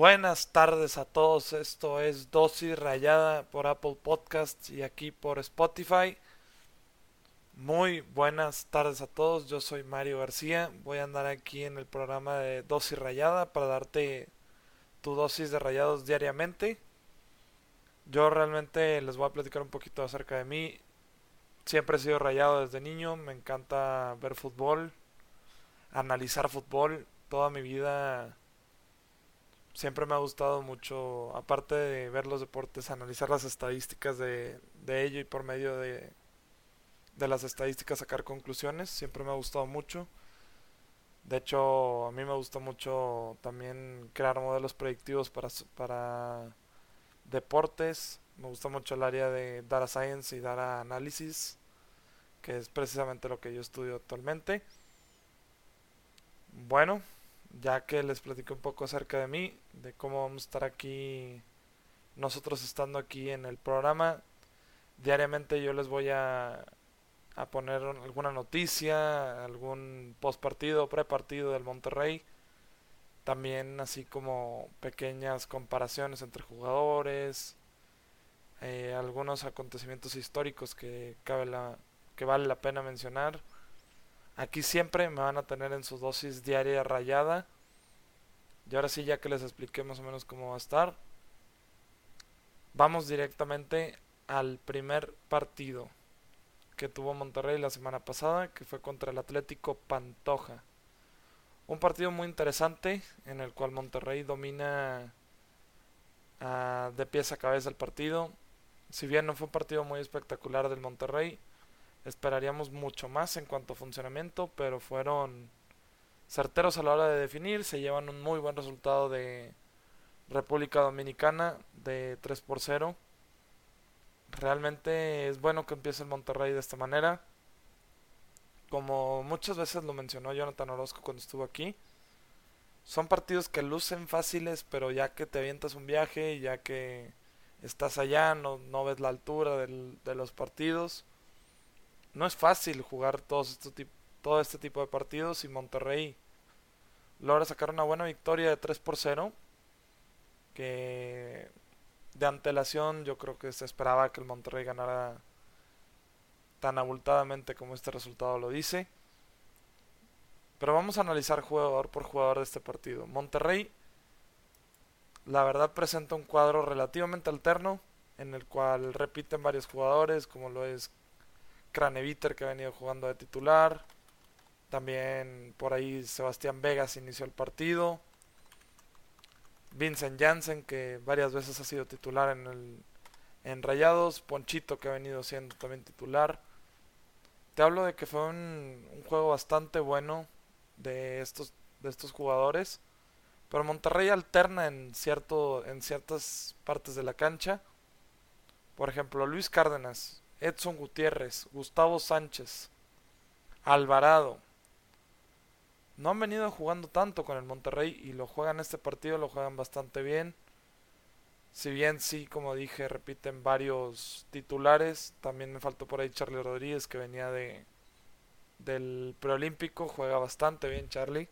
Buenas tardes a todos, esto es Dosis Rayada por Apple Podcasts y aquí por Spotify. Muy buenas tardes a todos, yo soy Mario García, voy a andar aquí en el programa de Dosis Rayada para darte tu dosis de rayados diariamente. Yo realmente les voy a platicar un poquito acerca de mí. Siempre he sido rayado desde niño, me encanta ver fútbol, analizar fútbol. Toda mi vida siempre me ha gustado mucho, aparte de ver los deportes, analizar las estadísticas de ello y por medio de las estadísticas sacar conclusiones. Siempre me ha gustado mucho. De hecho, a mí me gusta mucho también crear modelos predictivos para deportes. Me gusta mucho el área de Data Science y Data Analysis, que es precisamente lo que yo estudio actualmente. Bueno, ya que les platico un poco acerca de mí, de cómo vamos a estar aquí, nosotros estando aquí en el programa, diariamente yo les voy a poner alguna noticia, algún post partido, pre partido del Monterrey, también así como pequeñas comparaciones entre jugadores, algunos acontecimientos históricos que vale la pena mencionar. Aquí siempre me van a tener en su dosis diaria rayada. Y ahora sí, ya que les expliqué más o menos cómo va a estar, vamos directamente al primer partido que tuvo Monterrey la semana pasada, que fue contra el Atlético Pantoja. Un partido muy interesante en el cual Monterrey domina de pies a cabeza el partido. Si bien no fue un partido muy espectacular del Monterrey, esperaríamos mucho más en cuanto a funcionamiento, pero fueron certeros a la hora de definir. Se llevan un muy buen resultado de República Dominicana de 3-0. Realmente es bueno que empiece el Monterrey de esta manera. Como muchas veces lo mencionó Jonathan Orozco cuando estuvo aquí, son partidos que lucen fáciles, pero ya que te avientas un viaje, ya que estás allá, no ves la altura de los partidos. No es fácil jugar todo este tipo de partidos y Monterrey logra sacar una buena victoria de 3-0, que de antelación yo creo que se esperaba que el Monterrey ganara tan abultadamente como este resultado lo dice. Pero vamos a analizar jugador por jugador de este partido. Monterrey, la verdad, presenta un cuadro relativamente alterno, en el cual repiten varios jugadores, como lo es Craneviter, que ha venido jugando de titular. También por ahí Sebastián Vegas inició el partido. Vincent Janssen, que varias veces ha sido titular en Rayados. Ponchito, que ha venido siendo también titular. Te hablo de que fue un juego bastante bueno de estos jugadores. Pero Monterrey alterna en ciertas partes de la cancha. Por ejemplo, Luis Cárdenas, Edson Gutiérrez, Gustavo Sánchez, Alvarado. No han venido jugando tanto con el Monterrey y lo juegan este partido, lo juegan bastante bien. Si bien sí, como dije, repiten varios titulares. También me faltó por ahí Charlie Rodríguez, que venía del preolímpico. Juega bastante bien Charlie.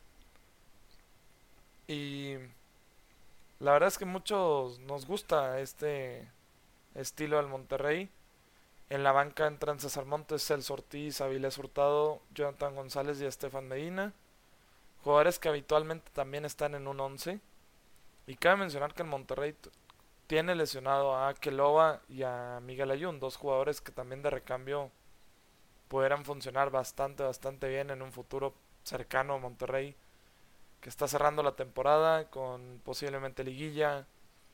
Y la verdad es que muchos nos gusta este estilo del Monterrey. En la banca entran César Montes, Celso Ortiz, Avilés Hurtado, Jonathan González y Estefan Medina. Jugadores que habitualmente también están en un 11. Y cabe mencionar que el Monterrey tiene lesionado a Keloba y a Miguel Ayun, dos jugadores que también de recambio pudieran funcionar bastante bien en un futuro cercano. Monterrey, que está cerrando la temporada con posiblemente liguilla,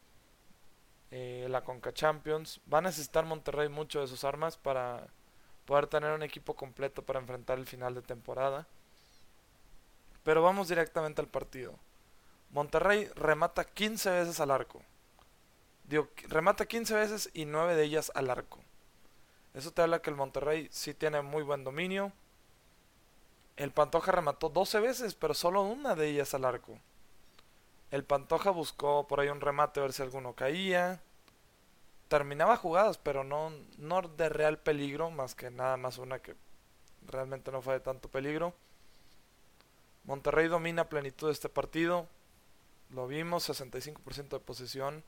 la Conca Champions. Va a necesitar Monterrey mucho de sus armas para poder tener un equipo completo para enfrentar el final de temporada. Pero vamos directamente al partido. Monterrey remata 15 veces al arco. Digo, remata 15 veces y 9 de ellas al arco. Eso te habla que el Monterrey sí tiene muy buen dominio. El Pantoja remató 12 veces, pero solo una de ellas al arco. El Pantoja buscó por ahí un remate a ver si alguno caía. Terminaba jugadas, pero no de real peligro, más que nada más una que realmente no fue de tanto peligro. Monterrey domina a plenitud este partido. lo vimos, 65% de posesión,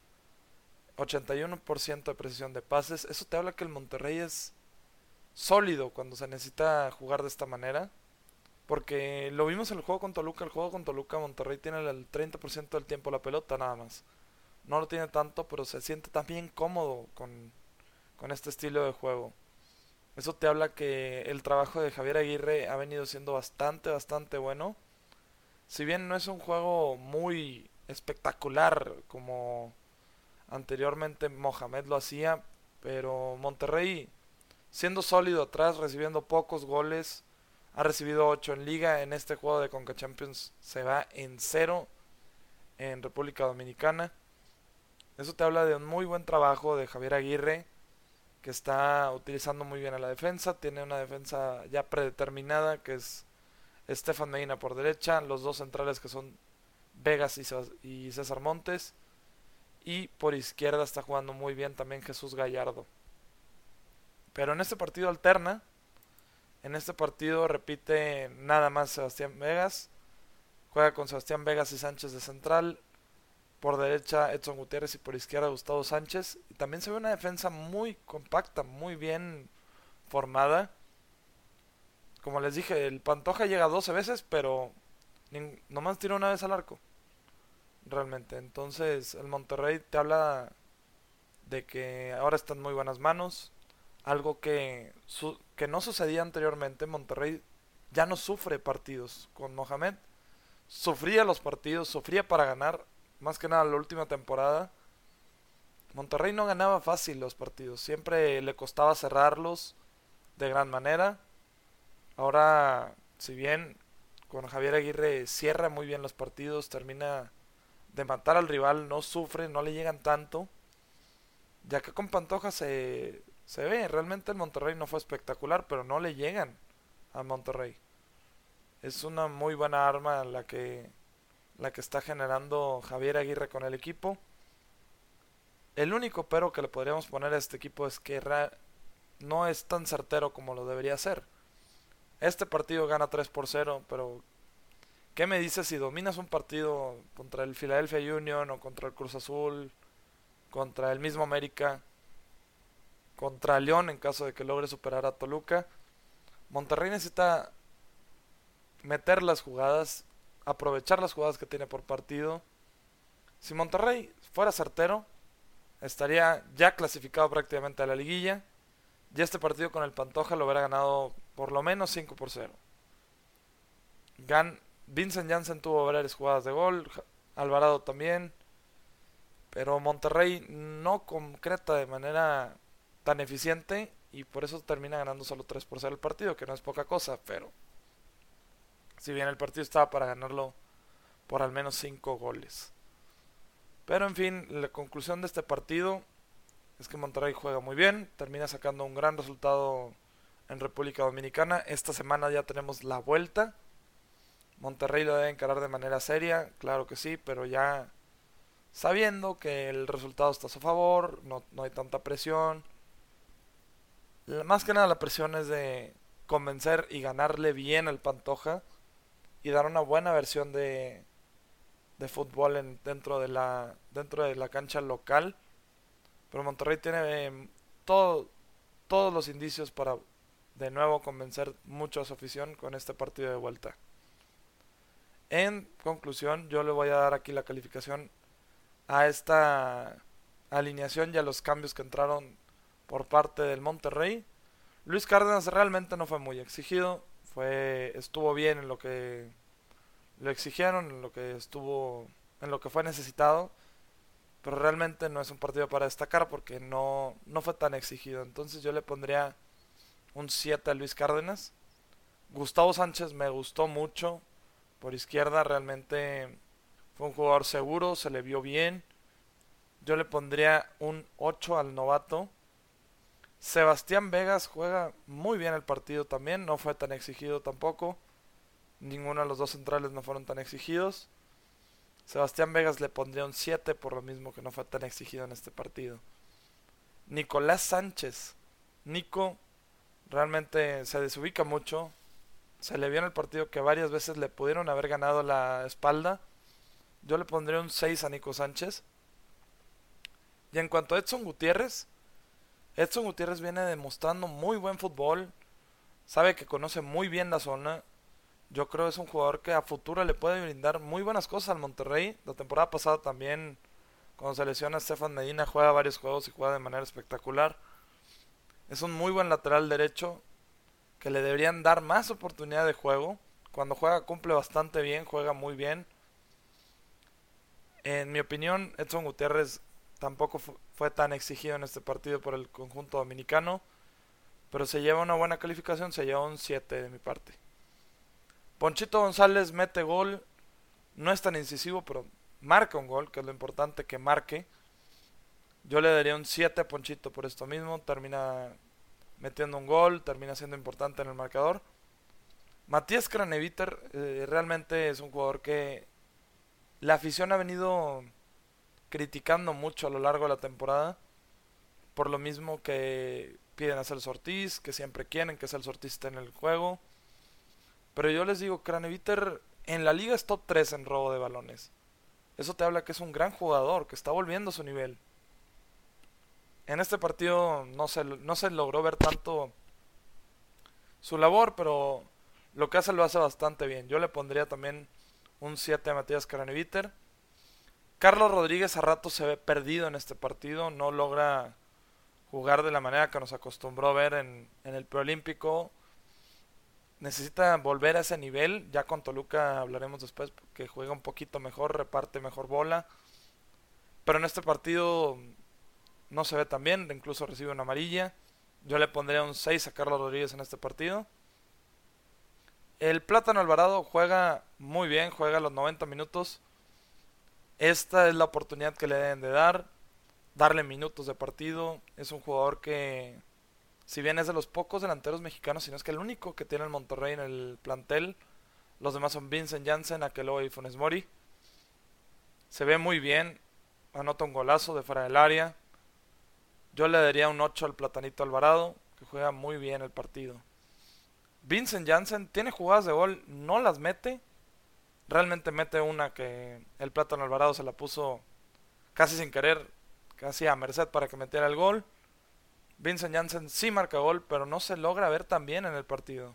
81% de precisión de pases. Eso te habla que el Monterrey es sólido cuando se necesita jugar de esta manera. Porque lo vimos en el juego con Toluca. El juego con Toluca, Monterrey tiene el 30% del tiempo la pelota nada más. No lo tiene tanto, pero se siente también cómodo con este estilo de juego. Eso te habla que el trabajo de Javier Aguirre ha venido siendo bastante bueno. Si bien no es un juego muy espectacular como anteriormente Mohamed lo hacía, pero Monterrey siendo sólido atrás, recibiendo pocos goles, ha recibido 8 en liga. En este juego de Conca Champions se va en 0 en República Dominicana. Eso te habla de un muy buen trabajo de Javier Aguirre, que está utilizando muy bien a la defensa. Tiene una defensa ya predeterminada, que es Estefan Medina por derecha, los dos centrales que son Vegas y César Montes, y por izquierda está jugando muy bien también Jesús Gallardo. Pero en este partido alterna. En este partido repite nada más Sebastián Vegas. Juega con Sebastián Vegas y Sánchez de central. Por derecha Edson Gutiérrez y por izquierda Gustavo Sánchez. Y también se ve una defensa muy compacta, muy bien formada. Como les dije, el Pantoja llega 12 veces, pero nomás tira una vez al arco. Realmente. Entonces el Monterrey te habla de que ahora está en muy buenas manos. Algo que no sucedía anteriormente. Monterrey ya no sufre partidos. Con Mohamed sufría los partidos, sufría para ganar. Más que nada la última temporada. Monterrey no ganaba fácil los partidos. Siempre le costaba cerrarlos de gran manera. Ahora, si bien con Javier Aguirre cierra muy bien los partidos, termina de matar al rival, no sufre, no le llegan tanto. Ya que con Pantoja se ve, realmente el Monterrey no fue espectacular, pero no le llegan a Monterrey. Es una muy buena arma la que está generando Javier Aguirre con el equipo. El único pero que le podríamos poner a este equipo es que no es tan certero como lo debería ser. Este partido gana 3-0, pero ¿qué me dices si dominas un partido contra el Philadelphia Union o contra el Cruz Azul, contra el mismo América, contra León en caso de que logre superar a Toluca? Monterrey necesita meter las jugadas, aprovechar las jugadas que tiene por partido. Si Monterrey fuera certero, estaría ya clasificado prácticamente a la liguilla. Y este partido con el Pantoja lo hubiera ganado por lo menos 5-0. Vincent Janssen tuvo varias jugadas de gol, Alvarado también, pero Monterrey no concreta de manera tan eficiente y por eso termina ganando solo 3-0 el partido, que no es poca cosa, pero si bien el partido estaba para ganarlo por al menos 5 goles. Pero en fin, la conclusión de este partido es que Monterrey juega muy bien, termina sacando un gran resultado en República Dominicana. Esta semana ya tenemos la vuelta. Monterrey lo debe encarar de manera seria, claro que sí, pero ya sabiendo que el resultado está a su favor, no hay tanta presión. Más que nada la presión es de convencer y ganarle bien al Pantoja y dar una buena versión de fútbol dentro de la cancha local. Pero Monterrey tiene todos los indicios para de nuevo convencer mucho a su afición con este partido de vuelta. En conclusión, yo le voy a dar aquí la calificación a esta alineación y a los cambios que entraron por parte del Monterrey. Luis Cárdenas realmente no fue muy exigido, estuvo bien en lo que lo exigieron, en lo que fue necesitado, pero realmente no es un partido para destacar porque no fue tan exigido. Entonces yo le pondría un 7 a Luis Cárdenas. Gustavo Sánchez me gustó mucho por izquierda, realmente fue un jugador seguro, se le vio bien. Yo le pondría un 8 al novato. Sebastián Vegas juega muy bien el partido también, no fue tan exigido tampoco. Ninguno de los dos centrales no fueron tan exigidos. Sebastián Vegas le pondría un 7 por lo mismo que no fue tan exigido en este partido. Nicolás Sánchez. Nico realmente se desubica mucho. Se le vio en el partido que varias veces le pudieron haber ganado la espalda, Yo le pondría un 6 a Nico Sánchez. Y en cuanto a Edson Gutiérrez viene demostrando muy buen fútbol. Sabe que conoce muy bien la zona. Yo creo que es un jugador que a futuro le puede brindar muy buenas cosas al Monterrey. La temporada pasada también, cuando se lesiona Estefan Medina, juega varios juegos y juega de manera espectacular. Es un muy buen lateral derecho que le deberían dar más oportunidad de juego. Cuando juega cumple bastante bien, juega muy bien. En mi opinión, Edson Gutiérrez tampoco fue tan exigido en este partido por el conjunto dominicano, pero se lleva una buena calificación, se lleva un 7 de mi parte. Ponchito González mete gol, no es tan incisivo, pero marca un gol, que es lo importante, que marque. Yo le daría un 7 a Ponchito por esto mismo, termina metiendo un gol, termina siendo importante en el marcador. Matías Craneviter realmente es un jugador que la afición ha venido criticando mucho a lo largo de la temporada, por lo mismo que piden a Celso Ortiz, que siempre quieren que Celso Ortiz esté en el juego. Pero yo les digo, Craneviter en la liga es top 3 en robo de balones. Eso te habla que es un gran jugador, que está volviendo a su nivel. En este partido no se logró ver tanto su labor, pero lo que hace lo hace bastante bien. Yo le pondría también un 7 a Matías Craneviter. Carlos Rodríguez a rato se ve perdido en este partido, no logra jugar de la manera que nos acostumbró a ver en el preolímpico. Necesita volver a ese nivel. Ya con Toluca hablaremos después, que juega un poquito mejor, reparte mejor bola. Pero en este partido no se ve tan bien, incluso recibe una amarilla. Yo le pondría un 6 a Carlos Rodríguez en este partido. El Plátano Alvarado juega muy bien, juega los 90 minutos. Esta es la oportunidad que le deben de darle minutos de partido. Es un jugador que, si bien es de los pocos delanteros mexicanos, si no es que el único que tiene el Monterrey en el plantel, los demás son Vincent Janssen, Akeloy y Funes Mori. Se ve muy bien, anota un golazo de fuera del área. Yo le daría un 8 al Platanito Alvarado, que juega muy bien el partido. Vincent Janssen tiene jugadas de gol, no las mete. Realmente mete una que el Plátano Alvarado se la puso casi sin querer, casi a merced para que metiera el gol. Vincent Janssen sí marca gol, pero no se logra ver tan bien en el partido.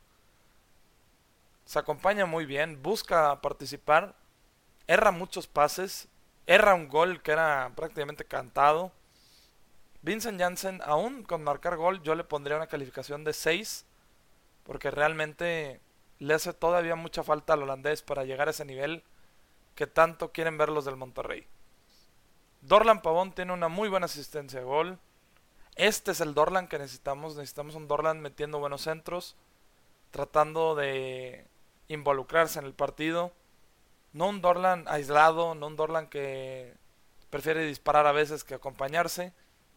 Se acompaña muy bien, busca participar, erra muchos pases, erra un gol que era prácticamente cantado. Vincent Janssen, aún con marcar gol, yo le pondría una calificación de 6, porque realmente le hace todavía mucha falta al holandés para llegar a ese nivel que tanto quieren ver los del Monterrey. Dorlan Pavón tiene una muy buena asistencia de gol. Este es el Dorlan que necesitamos. Necesitamos un Dorlan metiendo buenos centros, tratando de involucrarse en el partido. No un Dorlan aislado, no un Dorlan que prefiere disparar a veces que acompañarse.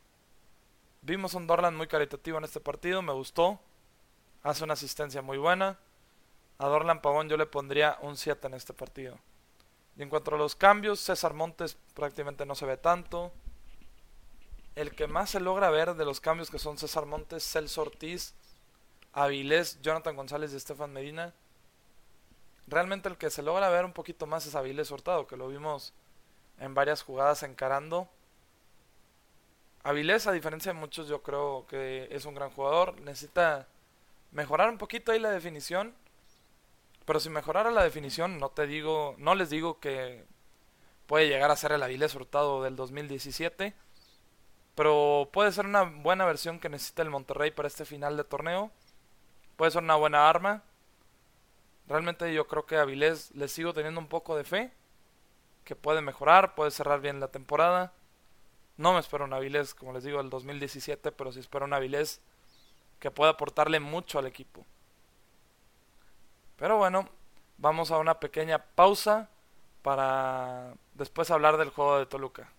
Vimos un Dorlan muy caritativo en este partido, me gustó. Hace una asistencia muy buena. A Dorlan Pavón yo le pondría un 7 en este partido. Y en cuanto a los cambios, César Montes prácticamente no se ve tanto. El que más se logra ver de los cambios, que son César Montes, Celso Ortiz, Avilés, Jonathan González y Estefan Medina. Realmente el que se logra ver un poquito más es Avilés Hurtado, que lo vimos en varias jugadas encarando. Avilés, a diferencia de muchos, yo creo que es un gran jugador. Necesita mejorar un poquito ahí la definición. Pero si mejorara la definición, no les digo que puede llegar a ser el Avilés Hurtado del 2017. Pero puede ser una buena versión que necesita el Monterrey para este final de torneo. Puede ser una buena arma. Realmente yo creo que a Avilés le sigo teniendo un poco de fe, que puede mejorar, puede cerrar bien la temporada. No me espero un Avilés, como les digo, del 2017, pero sí espero un Avilés que pueda aportarle mucho al equipo. Pero bueno, vamos a una pequeña pausa para después hablar del juego de Toluca.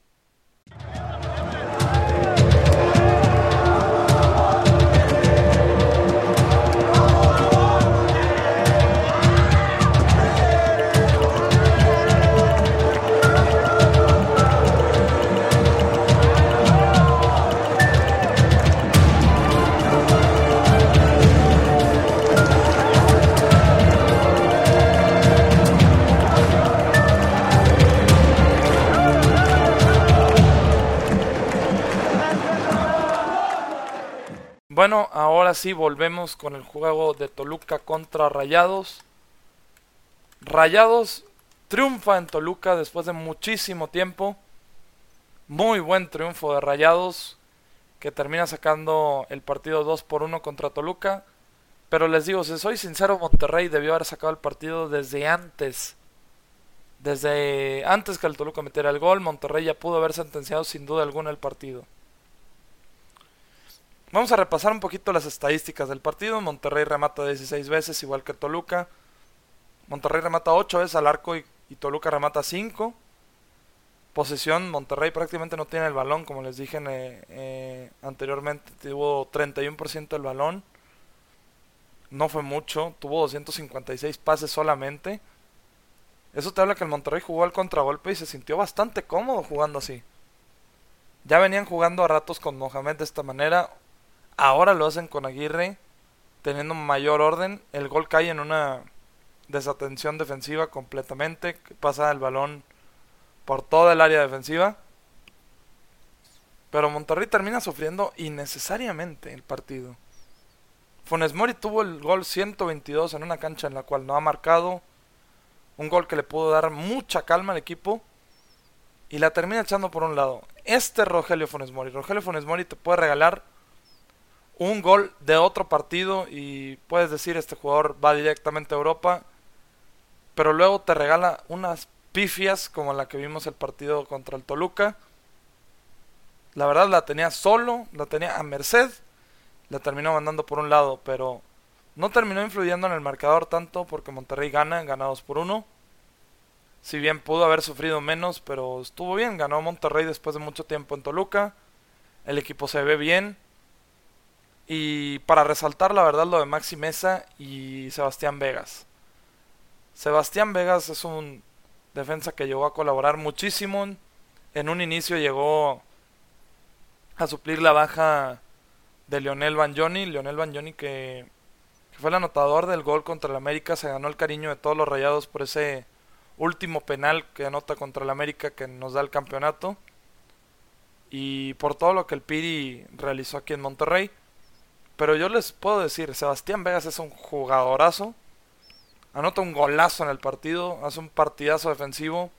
bueno, ahora sí volvemos con el juego de Toluca contra Rayados. Rayados triunfa en Toluca después de muchísimo tiempo. Muy buen triunfo de Rayados, que termina sacando el partido 2-1 contra Toluca. Pero les digo, si soy sincero, Monterrey debió haber sacado el partido desde antes. Desde antes que el Toluca metiera el gol, Monterrey ya pudo haber sentenciado sin duda alguna el partido. Vamos a repasar un poquito las estadísticas del partido. Monterrey remata 16 veces, igual que Toluca. Monterrey remata 8 veces al arco y Toluca remata 5. Posesión, Monterrey prácticamente no tiene el balón, como les dije anteriormente. Tuvo 31% del balón. No fue mucho, tuvo 256 pases solamente. Eso te habla que el Monterrey jugó al contragolpe y se sintió bastante cómodo jugando así. Ya venían jugando a ratos con Mohamed de esta manera. Ahora lo hacen con Aguirre, teniendo mayor orden. El gol cae en una desatención defensiva completamente. Pasa el balón por toda el área defensiva. Pero Monterrey termina sufriendo innecesariamente el partido. Funes Mori tuvo el gol 122 en una cancha en la cual no ha marcado. Un gol que le pudo dar mucha calma al equipo. Y la termina echando por un lado. Rogelio Funes Mori. Rogelio Funes Mori te puede regalar un gol de otro partido y puedes decir este jugador va directamente a Europa. Pero luego te regala unas pifias como la que vimos el partido contra el Toluca. La verdad la tenía solo, la tenía a merced. La terminó mandando por un lado, pero no terminó influyendo en el marcador tanto porque Monterrey gana 2-1. Si bien pudo haber sufrido menos, pero estuvo bien. Ganó Monterrey después de mucho tiempo en Toluca. El equipo se ve bien. Y para resaltar la verdad lo de Maxi Meza y Sebastián Vegas. Sebastián Vegas es un defensa que llegó a colaborar muchísimo. En un inicio llegó a suplir la baja de Lionel Banjoni. Lionel Banjoni que fue el anotador del gol contra el América. Se ganó el cariño de todos los Rayados por ese último penal que anota contra el América que nos da el campeonato. Y por todo lo que el Piri realizó aquí en Monterrey. Pero yo les puedo decir, Sebastián Vegas es un jugadorazo. Anota un golazo en el partido. Hace un partidazo defensivo.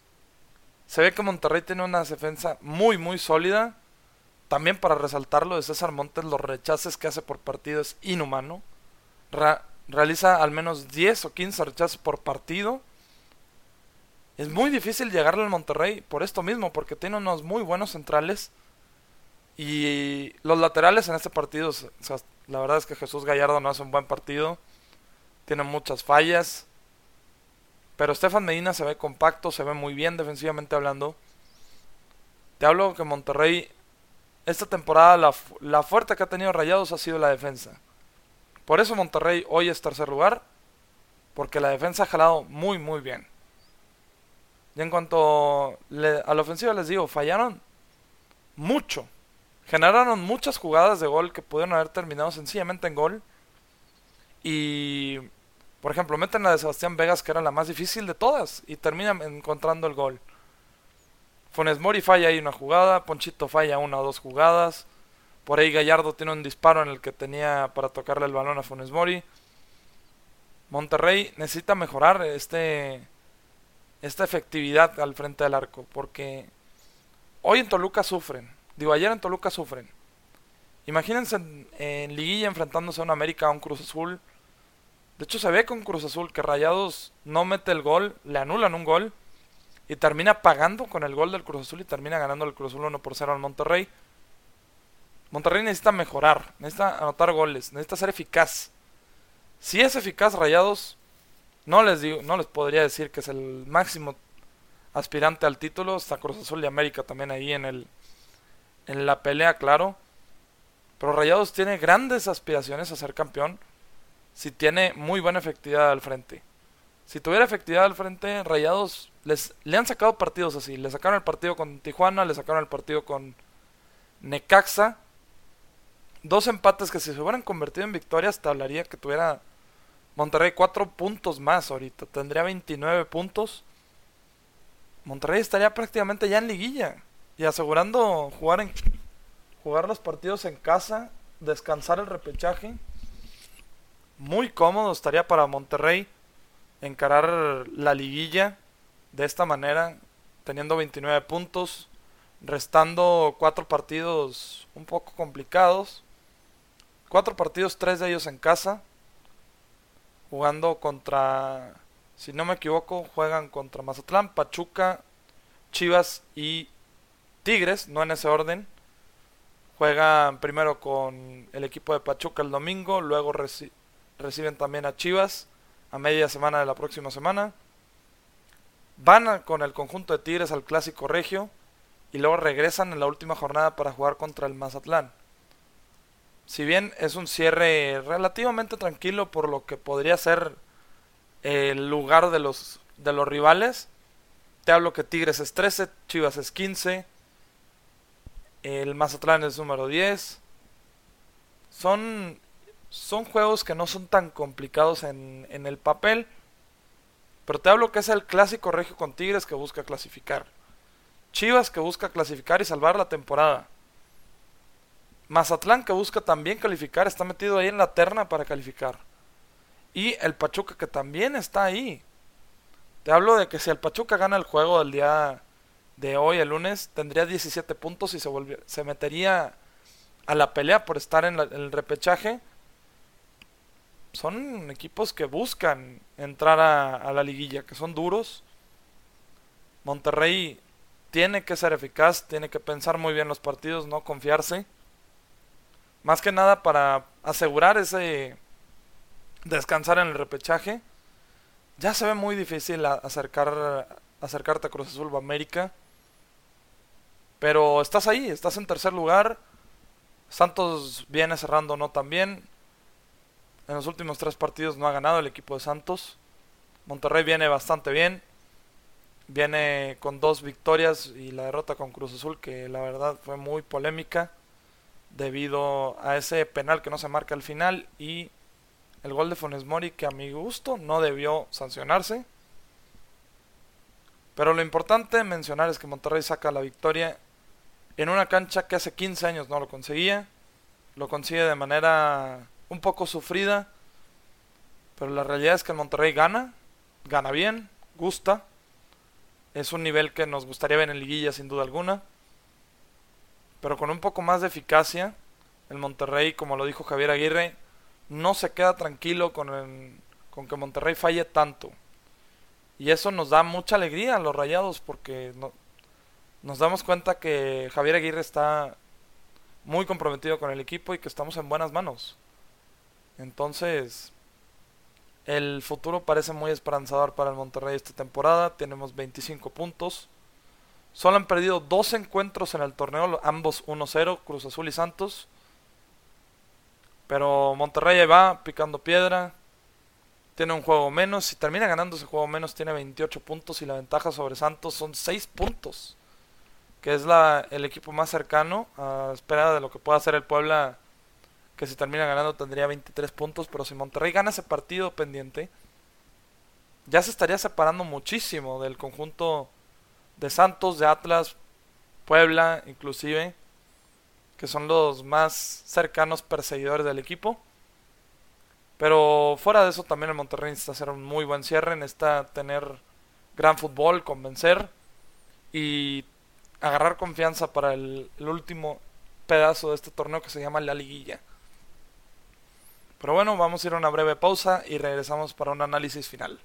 Se ve que Monterrey tiene una defensa muy muy sólida. También para resaltarlo de César Montes, los rechaces que hace por partido es inhumano. Realiza al menos 10 o 15 rechaces por partido. Es muy difícil llegarle al Monterrey por esto mismo, porque tiene unos muy buenos centrales. Y los laterales en este partido, o sea, la verdad es que Jesús Gallardo no hace un buen partido. Tiene muchas fallas. Pero Estefan Medina se ve compacto, se ve muy bien defensivamente hablando. Te hablo que Monterrey, esta temporada, la fuerte que ha tenido Rayados ha sido la defensa. Por eso Monterrey hoy es tercer lugar, porque la defensa ha jalado muy muy bien. Y en cuanto a la ofensiva les digo, fallaron mucho. Generaron muchas jugadas de gol que pudieron haber terminado sencillamente en gol. Y, por ejemplo, meten la de Sebastián Vegas, que era la más difícil de todas, y terminan encontrando el gol. Funes Mori falla ahí una jugada, Ponchito falla una o dos jugadas. Por ahí Gallardo tiene un disparo en el que tenía para tocarle el balón a Funes Mori. Monterrey necesita mejorar esta efectividad al frente del arco, porque hoy en Toluca sufren. Ayer en Toluca sufren. Imagínense en liguilla enfrentándose a un América, a un Cruz Azul. De hecho se ve con Cruz Azul que Rayados no mete el gol, le anulan un gol y termina pagando con el gol del Cruz Azul y termina ganando el Cruz Azul 1-0 al Monterrey. Monterrey necesita mejorar, necesita anotar goles, necesita ser eficaz. Si es eficaz Rayados, no les podría decir que es el máximo aspirante al título. Está Cruz Azul y América también ahí en la pelea, claro. Pero Rayados tiene grandes aspiraciones a ser campeón si tiene muy buena efectividad al frente. Si tuviera efectividad al frente, Rayados le han sacado partidos así. Le sacaron el partido con Tijuana, le sacaron el partido con Necaxa. 2 empates que si se hubieran convertido en victorias te hablaría que tuviera Monterrey 4 puntos más ahorita. Tendría 29 puntos. Monterrey estaría prácticamente ya en liguilla y asegurando jugar los partidos en casa descansar el repechaje. Muy cómodo estaría para Monterrey encarar la liguilla de esta manera, teniendo 29 puntos, restando 4 partidos un poco complicados. 4 partidos, 3 de ellos en casa, jugando contra, si no me equivoco, juegan contra Mazatlán, Pachuca, Chivas y Tigres, no en ese orden. Juegan primero con el equipo de Pachuca el domingo, luego reciben también a Chivas a media semana de la próxima semana. Van con el conjunto de Tigres al Clásico Regio y luego regresan en la última jornada para jugar contra el Mazatlán. Si bien es un cierre relativamente tranquilo por lo que podría ser el lugar de los rivales, te hablo que Tigres es 13, Chivas es 15, el Mazatlán es número 10. Son juegos que no son tan complicados en el papel, pero te hablo que es el Clásico Regio con Tigres que busca clasificar, Chivas que busca clasificar y salvar la temporada, Mazatlán que busca también calificar, está metido ahí en la terna para calificar, y el Pachuca que también está ahí. Te hablo de que si el Pachuca gana el juego del día de hoy, el lunes, tendría 17 puntos y se metería a la pelea por estar en el repechaje. Son equipos que buscan entrar a la liguilla, que son duros. Monterrey tiene que ser eficaz, tiene que pensar muy bien los partidos, no confiarse. Más que nada para asegurar ese descansar en el repechaje. Ya se ve muy difícil acercarte a Cruz Azul o América. Pero estás ahí, estás en tercer lugar. Santos viene cerrando no tan bien. En los últimos 3 partidos no ha ganado el equipo de Santos. Monterrey viene bastante bien. Viene con 2 victorias y la derrota con Cruz Azul, que la verdad fue muy polémica debido a ese penal que no se marca al final y el gol de Funes Mori, que a mi gusto no debió sancionarse. Pero lo importante mencionar es que Monterrey saca la victoria en una cancha que hace 15 años no lo conseguía. Lo consigue de manera un poco sufrida, pero la realidad es que el Monterrey gana bien, gusta. Es un nivel que nos gustaría ver en liguilla sin duda alguna, pero con un poco más de eficacia. El Monterrey, como lo dijo Javier Aguirre, no se queda tranquilo con que Monterrey falle tanto. Y eso nos da mucha alegría a los Rayados, porque nos damos cuenta que Javier Aguirre está muy comprometido con el equipo y que estamos en buenas manos. Entonces, el futuro parece muy esperanzador para el Monterrey esta temporada. Tenemos 25 puntos. Solo han perdido 2 encuentros en el torneo, ambos 1-0, Cruz Azul y Santos. Pero Monterrey va picando piedra. Tiene un juego menos. Si termina ganando ese juego menos, tiene 28 puntos. Y la ventaja sobre Santos son 6 puntos. Que es el equipo más cercano. A espera de lo que pueda hacer el Puebla, que si termina ganando tendría 23 puntos. Pero si Monterrey gana ese partido pendiente, ya se estaría separando muchísimo del conjunto de Santos, de Atlas, Puebla inclusive, que son los más cercanos perseguidores del equipo. Pero fuera de eso también el Monterrey necesita hacer un muy buen cierre, necesita tener gran fútbol, convencer y agarrar confianza para el último pedazo de este torneo que se llama la liguilla. Pero bueno, vamos a ir a una breve pausa y regresamos para un análisis final.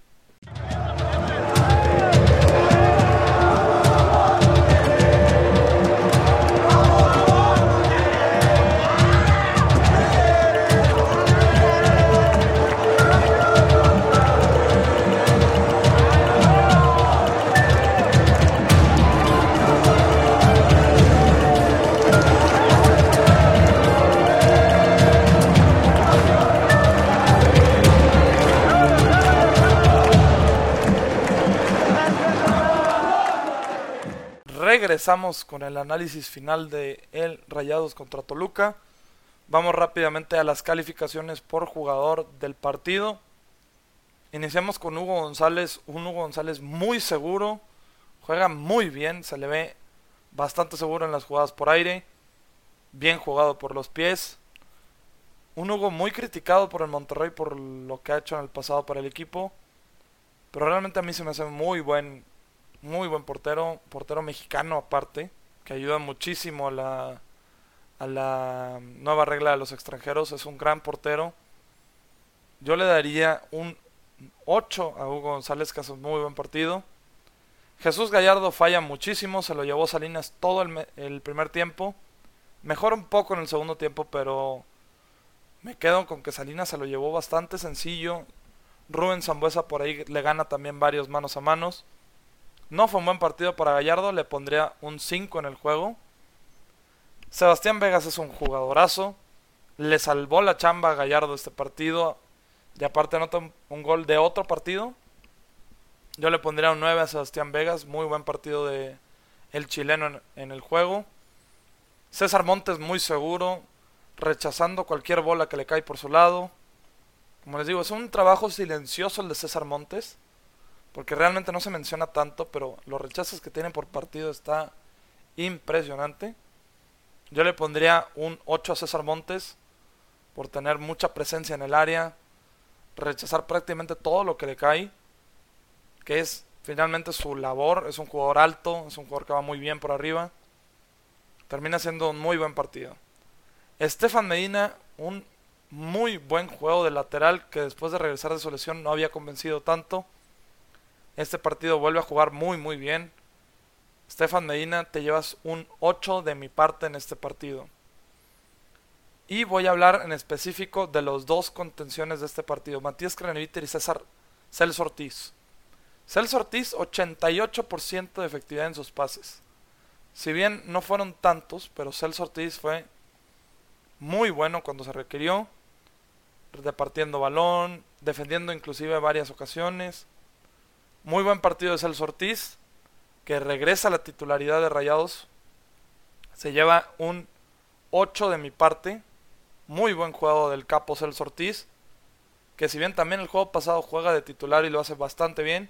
Regresamos con el análisis final de el Rayados contra Toluca. Vamos rápidamente a las calificaciones por jugador del partido. Iniciamos con Hugo González, un Hugo González muy seguro, juega muy bien, se le ve bastante seguro en las jugadas por aire, bien jugado por los pies, Un Hugo muy criticado por el Monterrey por lo que ha hecho en el pasado para el equipo. Pero realmente a mí se me hace muy buen portero. Portero mexicano aparte. Que ayuda muchísimo a la nueva regla de los extranjeros. Es un gran portero. Yo le daría un 8 a Hugo González, que hace un muy buen partido. Jesús Gallardo falla muchísimo, se lo llevó Salinas todo el primer tiempo. Mejora un poco en el segundo tiempo, pero me quedo con que Salinas se lo llevó bastante sencillo. Rubén Sambuesa por ahí le gana también varios manos a manos. No fue un buen partido para Gallardo, le pondría un 5 en el juego. Sebastián Vegas es un jugadorazo. Le salvó la chamba a Gallardo este partido. Y aparte anota un gol de otro partido. Yo le pondría un 9 a Sebastián Vegas. Muy buen partido de el chileno en el juego. César Montes muy seguro. Rechazando cualquier bola que le cae por su lado. Como les digo, es un trabajo silencioso el de César Montes. Porque realmente no se menciona tanto. Pero los rechazos que tiene por partido está impresionante. Yo le pondría un 8 a César Montes. Por tener mucha presencia en el área. Rechazar prácticamente todo lo que le cae. Que es finalmente su labor. Es un jugador alto. Es un jugador que va muy bien por arriba. Termina siendo un muy buen partido. Estefan Medina, un muy buen juego de lateral que después de regresar de su lesión no había convencido tanto. Este partido vuelve a jugar muy bien. Estefan Medina, te llevas un 8 de mi parte en este partido. Y voy a hablar en específico de los dos contenciones de este partido. Matías Craneviter y Celso Ortiz. Celso Ortiz, 88% de efectividad en sus pases. Si bien no fueron tantos, pero Celso Ortiz fue muy bueno cuando se requirió. Repartiendo balón, defendiendo inclusive varias ocasiones. Muy buen partido de Celso Ortiz, que regresa a la titularidad de Rayados. Se lleva un 8 de mi parte. Muy buen juego del capo Celso Ortiz, que si bien también el juego pasado juega de titular y lo hace bastante bien,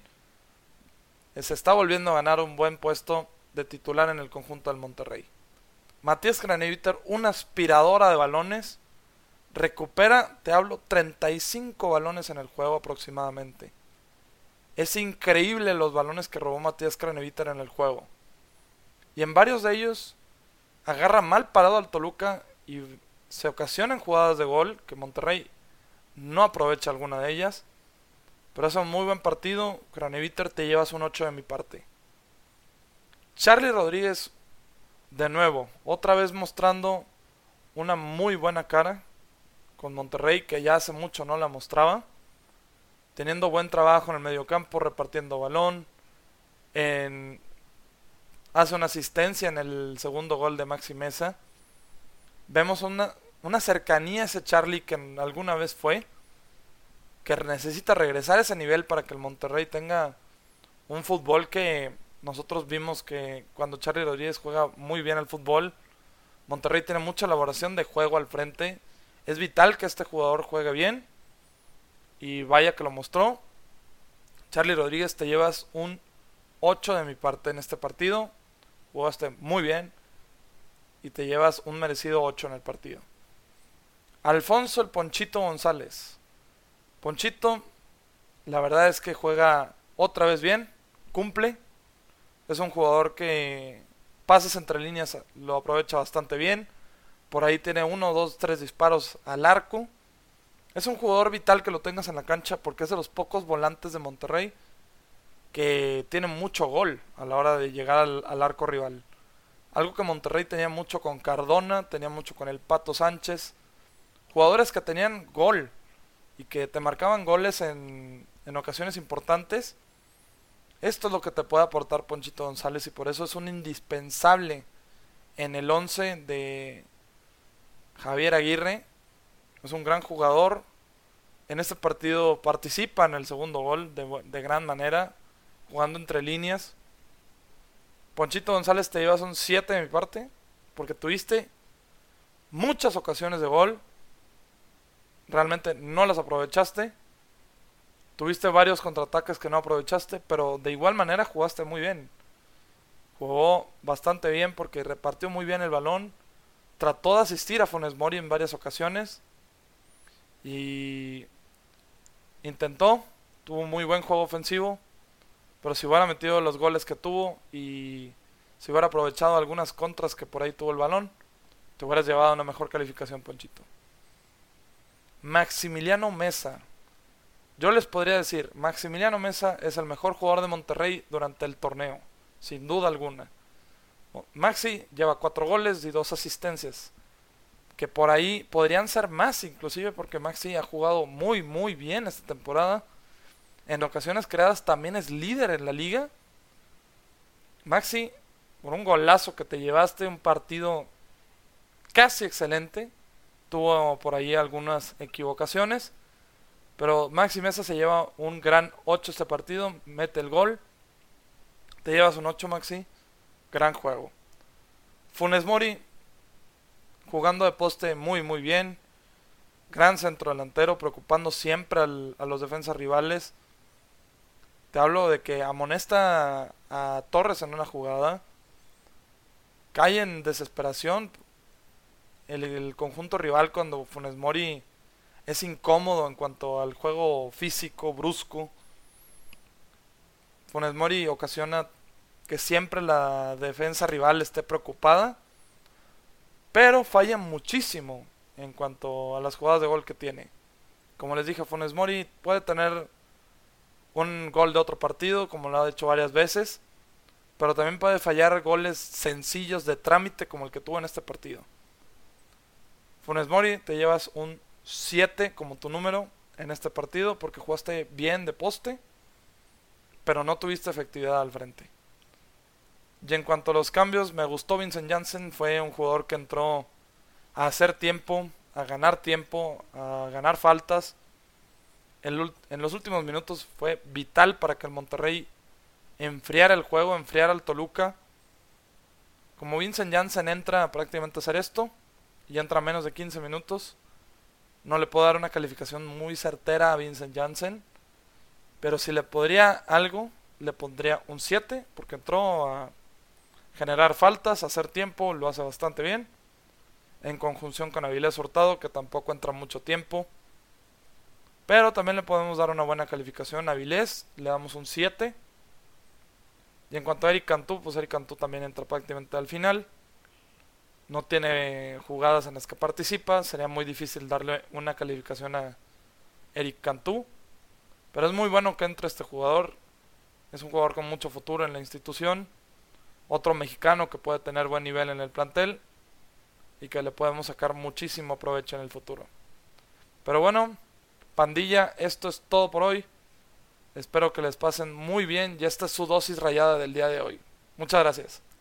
se está volviendo a ganar un buen puesto de titular en el conjunto del Monterrey. Matías Craneviter, una aspiradora de balones, recupera, te hablo, 35 balones en el juego aproximadamente. Es increíble los balones que robó Matías Craneviter en el juego. Y en varios de ellos agarra mal parado al Toluca y se ocasionan jugadas de gol que Monterrey no aprovecha alguna de ellas. Pero es un muy buen partido. Craneviter, te llevas un 8 de mi parte. Charly Rodríguez, de nuevo, otra vez mostrando una muy buena cara con Monterrey, que ya hace mucho no la mostraba. Teniendo buen trabajo en el mediocampo, repartiendo balón. Hace una asistencia en el segundo gol de Maxi Mesa. Vemos una cercanía a ese Charly que alguna vez fue, que necesita regresar a ese nivel para que el Monterrey tenga un fútbol que nosotros vimos que cuando Charly Rodríguez juega muy bien el fútbol, Monterrey tiene mucha elaboración de juego al frente. Es vital que este jugador juegue bien y vaya que lo mostró. Charly Rodríguez, te llevas un 8 de mi parte en este partido. Jugaste muy bien y te llevas un merecido 8 en el partido. Alfonso el Ponchito González. Ponchito, la verdad es que juega otra vez bien, cumple. Es un jugador que pases entre líneas lo aprovecha bastante bien. Por ahí tiene 1, 2, 3 disparos al arco. Es un jugador vital que lo tengas en la cancha porque es de los pocos volantes de Monterrey que tienen mucho gol a la hora de llegar al arco rival. Algo que Monterrey tenía mucho con Cardona, tenía mucho con el Pato Sánchez. Jugadores que tenían gol y que te marcaban goles en ocasiones importantes. Esto es lo que te puede aportar Ponchito González y por eso es un indispensable en el 11 de Javier Aguirre. Es un gran jugador. En este partido participa en el segundo gol de gran manera, jugando entre líneas. Ponchito González, te llevas un 7 de mi parte, porque tuviste muchas ocasiones de gol. Realmente no las aprovechaste. Tuviste varios contraataques que no aprovechaste, pero de igual manera jugaste muy bien. Jugó bastante bien porque repartió muy bien el balón. Trató de asistir a Funes Mori en varias ocasiones. Y intentó, tuvo muy buen juego ofensivo, pero si hubiera metido los goles que tuvo y si hubiera aprovechado algunas contras que por ahí tuvo el balón, te hubieras llevado una mejor calificación, Ponchito. Maximiliano Mesa. Yo les podría decir, Maximiliano Mesa es el mejor jugador de Monterrey durante el torneo, sin duda alguna. Maxi lleva 4 goles y 2 asistencias, que por ahí podrían ser más inclusive porque Maxi ha jugado muy muy bien esta temporada. En ocasiones creadas también es líder en la liga. Maxi, por un golazo que te llevaste, un partido casi excelente. Tuvo por ahí algunas equivocaciones, pero Maxi Mesa se lleva un gran 8 este partido, mete el gol. Te llevas un 8, Maxi. Gran juego. Funes Mori, jugando de poste muy muy bien. Gran centro delantero, preocupando siempre a los defensas rivales. Te hablo de que amonesta a Torres en una jugada. Cae en desesperación el conjunto rival cuando Funes Mori es incómodo en cuanto al juego físico, brusco. Funes Mori ocasiona que siempre la defensa rival esté preocupada, pero falla muchísimo en cuanto a las jugadas de gol que tiene. Como les dije, Funes Mori puede tener un gol de otro partido, como lo ha hecho varias veces, pero también puede fallar goles sencillos de trámite como el que tuvo en este partido. Funes Mori, te llevas un 7 como tu número en este partido porque jugaste bien de poste, pero no tuviste efectividad al frente. Y en cuanto a los cambios, me gustó Vincent Janssen, fue un jugador que entró a hacer tiempo, a ganar faltas. En los últimos minutos fue vital para que el Monterrey enfriara el juego, enfriara al Toluca. Como Vincent Janssen entra prácticamente a hacer esto y entra a menos de 15 minutos, no le puedo dar una calificación muy certera a Vincent Janssen, pero si le podría algo, le pondría un 7 porque entró a generar faltas, a hacer tiempo, lo hace bastante bien, en conjunción con Avilés Hurtado, que tampoco entra mucho tiempo, pero también le podemos dar una buena calificación a Avilés, le damos un 7. Y en cuanto a Eric Cantú, pues Eric Cantú también entra prácticamente al final, no tiene jugadas en las que participa, sería muy difícil darle una calificación a Eric Cantú, pero es muy bueno que entre este jugador, es un jugador con mucho futuro en la institución, otro mexicano que puede tener buen nivel en el plantel y que le podemos sacar muchísimo provecho en el futuro. Pero bueno, pandilla, esto es todo por hoy. Espero que les pasen muy bien y esta es su dosis rayada del día de hoy. Muchas gracias.